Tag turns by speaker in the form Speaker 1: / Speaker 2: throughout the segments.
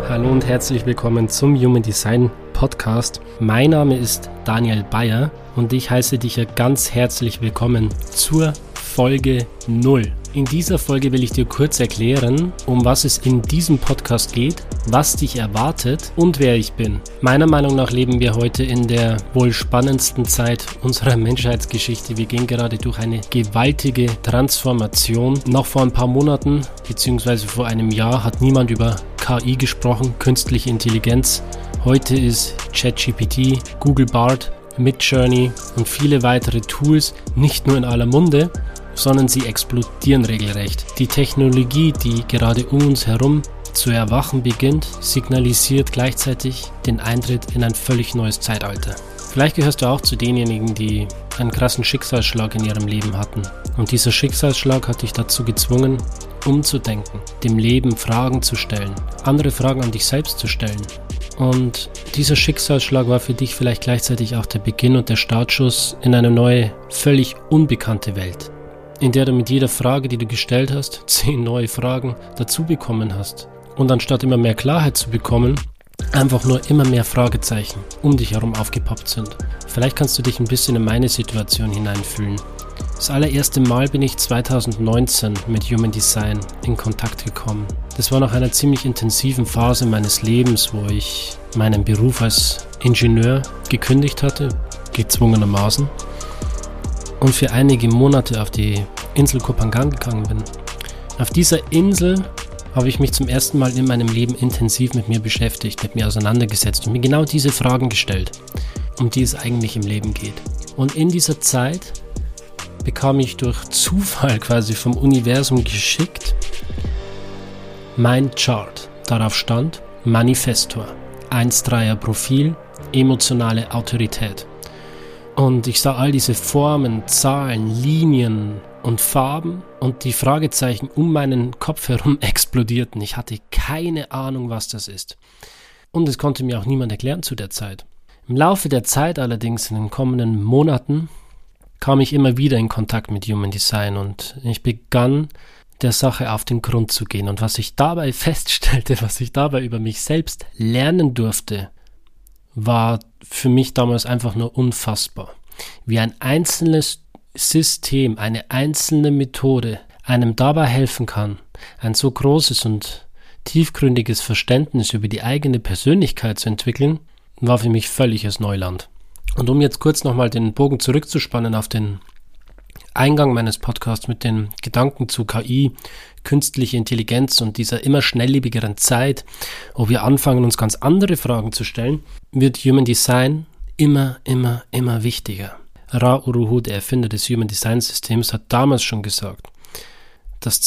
Speaker 1: Hallo und herzlich willkommen zum Human Design Podcast. Mein Name ist Daniel Bayer und ich heiße dich ganz herzlich willkommen zur Folge 0. In dieser Folge will ich dir kurz erklären, um was es in diesem Podcast geht, was dich erwartet und wer ich bin. Meiner Meinung nach leben wir heute in der wohl spannendsten Zeit unserer Menschheitsgeschichte. Wir gehen gerade durch eine gewaltige Transformation. Noch vor ein paar Monaten bzw. vor einem Jahr hat niemand über KI gesprochen, künstliche Intelligenz. Heute ist ChatGPT, Google Bard, Midjourney und viele weitere Tools nicht nur in aller Munde, sondern sie explodieren regelrecht. Die Technologie, die gerade um uns herum zu erwachen beginnt, signalisiert gleichzeitig den Eintritt in ein völlig neues Zeitalter. Vielleicht gehörst du auch zu denjenigen, die einen krassen Schicksalsschlag in ihrem Leben hatten. Und dieser Schicksalsschlag hat dich dazu gezwungen, umzudenken, dem Leben Fragen zu stellen, andere Fragen an dich selbst zu stellen. Und dieser Schicksalsschlag war für dich vielleicht gleichzeitig auch der Beginn und der Startschuss in eine neue, völlig unbekannte Welt, in der du mit jeder Frage, die du gestellt hast, 10 neue Fragen dazu bekommen hast. Und anstatt immer mehr Klarheit zu bekommen, einfach nur immer mehr Fragezeichen um dich herum aufgepoppt sind. Vielleicht kannst du dich ein bisschen in meine Situation hineinfühlen. Das allererste Mal bin ich 2019 mit Human Design in Kontakt gekommen. Das war nach einer ziemlich intensiven Phase meines Lebens, wo ich meinen Beruf als Ingenieur gekündigt hatte, gezwungenermaßen, und für einige Monate auf die Insel Koh Phangan gegangen bin. Auf dieser Insel habe ich mich zum ersten Mal in meinem Leben intensiv mit mir beschäftigt, mit mir auseinandergesetzt und mir genau diese Fragen gestellt, um die es eigentlich im Leben geht. Und in dieser Zeit bekam ich durch Zufall quasi vom Universum geschickt mein Chart. Darauf stand Manifestor, 1-3er Profil, emotionale Autorität. Und ich sah all diese Formen, Zahlen, Linien und Farben und die Fragezeichen um meinen Kopf herum explodierten. Ich hatte keine Ahnung, was das ist. Und es konnte mir auch niemand erklären zu der Zeit. Im Laufe der Zeit allerdings, in den kommenden Monaten, kam ich immer wieder in Kontakt mit Human Design und ich begann der Sache auf den Grund zu gehen. Und was ich dabei feststellte, was ich dabei über mich selbst lernen durfte, war für mich damals einfach nur unfassbar. Wie ein einzelnes System, eine einzelne Methode einem dabei helfen kann, ein so großes und tiefgründiges Verständnis über die eigene Persönlichkeit zu entwickeln, war für mich völliges Neuland. Und um jetzt kurz nochmal den Bogen zurückzuspannen auf den Eingang meines Podcasts mit den Gedanken zu KI, künstliche Intelligenz und dieser immer schnelllebigeren Zeit, wo wir anfangen, uns ganz andere Fragen zu stellen, wird Human Design immer wichtiger. Ra Uru Hu, der Erfinder des Human Design Systems, hat damals schon gesagt, dass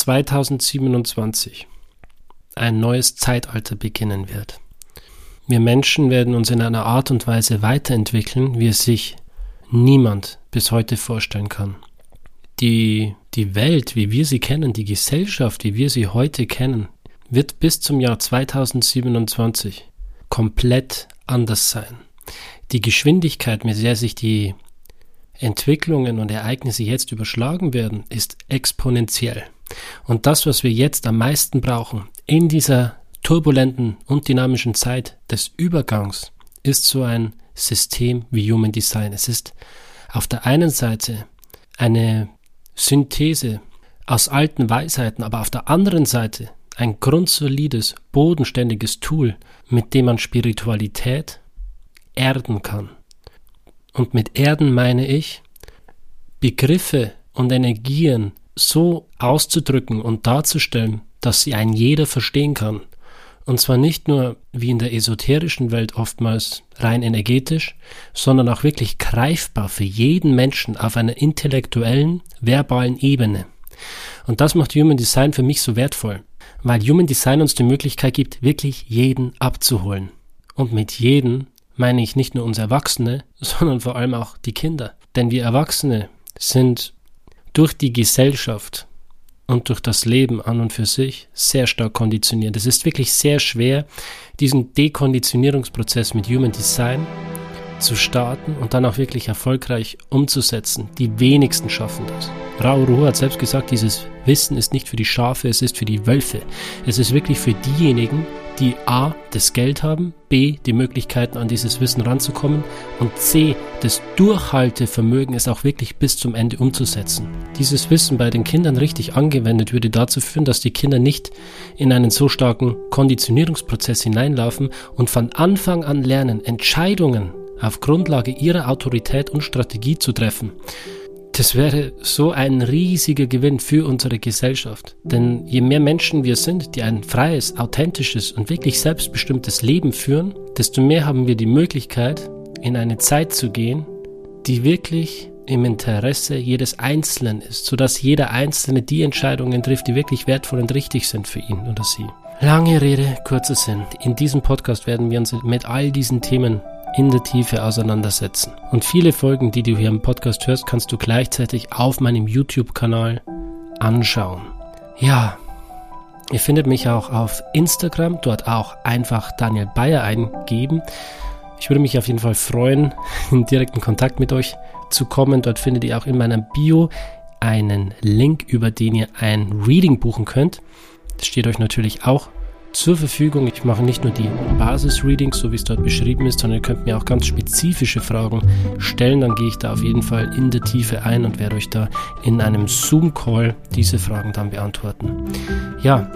Speaker 1: 2027 ein neues Zeitalter beginnen wird. Wir Menschen werden uns in einer Art und Weise weiterentwickeln, wie es sich niemand bis heute vorstellen kann. Die Welt, wie wir sie kennen, die Gesellschaft, wie wir sie heute kennen, wird bis zum Jahr 2027 komplett anders sein. Die Geschwindigkeit, mit der sich die Entwicklungen und Ereignisse jetzt überschlagen werden, ist exponentiell. Und das, was wir jetzt am meisten brauchen in dieser turbulenten und dynamischen Zeit des Übergangs, ist so ein System wie Human Design. Es ist auf der einen Seite eine Synthese aus alten Weisheiten, aber auf der anderen Seite ein grundsolides, bodenständiges Tool, mit dem man Spiritualität erden kann. Und mit erden meine ich, Begriffe und Energien so auszudrücken und darzustellen, dass sie ein jeder verstehen kann. Und zwar nicht nur wie in der esoterischen Welt oftmals rein energetisch, sondern auch wirklich greifbar für jeden Menschen auf einer intellektuellen, verbalen Ebene. Und das macht Human Design für mich so wertvoll, weil Human Design uns die Möglichkeit gibt, wirklich jeden abzuholen. Und mit jeden meine ich nicht nur uns Erwachsene, sondern vor allem auch die Kinder. Denn wir Erwachsene sind durch die Gesellschaft und durch das Leben an und für sich sehr stark konditioniert. Es ist wirklich sehr schwer, diesen Dekonditionierungsprozess mit Human Design zu starten und dann auch wirklich erfolgreich umzusetzen. Die wenigsten schaffen das. Ra Uru Hu hat selbst gesagt, dieses Wissen ist nicht für die Schafe, es ist für die Wölfe. Es ist wirklich für diejenigen, die A, das Geld haben, B, die Möglichkeiten an dieses Wissen ranzukommen und C, das Durchhaltevermögen, es auch wirklich bis zum Ende umzusetzen. Dieses Wissen bei den Kindern richtig angewendet würde dazu führen, dass die Kinder nicht in einen so starken Konditionierungsprozess hineinlaufen und von Anfang an lernen, Entscheidungen auf Grundlage ihrer Autorität und Strategie zu treffen. Das wäre so ein riesiger Gewinn für unsere Gesellschaft. Denn je mehr Menschen wir sind, die ein freies, authentisches und wirklich selbstbestimmtes Leben führen, desto mehr haben wir die Möglichkeit, in eine Zeit zu gehen, die wirklich im Interesse jedes Einzelnen ist, sodass jeder Einzelne die Entscheidungen trifft, die wirklich wertvoll und richtig sind für ihn oder sie. Lange Rede, kurzer Sinn. In diesem Podcast werden wir uns mit all diesen Themen in der Tiefe auseinandersetzen. Und viele Folgen, die du hier im Podcast hörst, kannst du gleichzeitig auf meinem YouTube-Kanal anschauen. Ja, ihr findet mich auch auf Instagram, dort auch einfach Daniel Bayer eingeben. Ich würde mich auf jeden Fall freuen, in direkten Kontakt mit euch zu kommen. Dort findet ihr auch in meiner Bio einen Link, über den ihr ein Reading buchen könnt. Das steht euch natürlich auch zur Verfügung. Ich mache nicht nur die Basis-Readings, so wie es dort beschrieben ist, sondern ihr könnt mir auch ganz spezifische Fragen stellen. Dann gehe ich da auf jeden Fall in der Tiefe ein und werde euch da in einem Zoom-Call diese Fragen dann beantworten. Ja,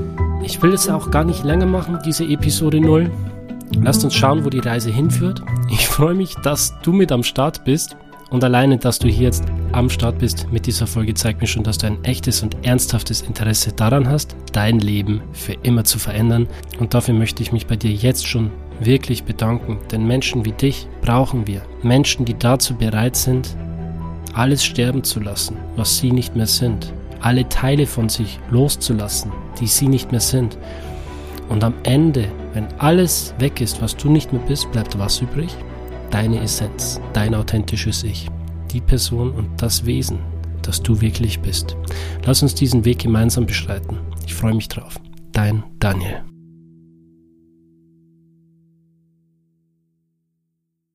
Speaker 1: ich will es auch gar nicht länger machen, diese Episode 0. Lasst uns schauen, wo die Reise hinführt. Ich freue mich, dass du mit am Start bist. Und alleine, dass du hier jetzt am Start bist mit dieser Folge, zeigt mir schon, dass du ein echtes und ernsthaftes Interesse daran hast, dein Leben für immer zu verändern. Und dafür möchte ich mich bei dir jetzt schon wirklich bedanken. Denn Menschen wie dich brauchen wir. Menschen, die dazu bereit sind, alles sterben zu lassen, was sie nicht mehr sind. Alle Teile von sich loszulassen, die sie nicht mehr sind. Und am Ende, wenn alles weg ist, was du nicht mehr bist, bleibt was übrig? Deine Essenz, dein authentisches Ich, die Person und das Wesen, das du wirklich bist. Lass uns diesen Weg gemeinsam beschreiten. Ich freue mich drauf. Dein Daniel.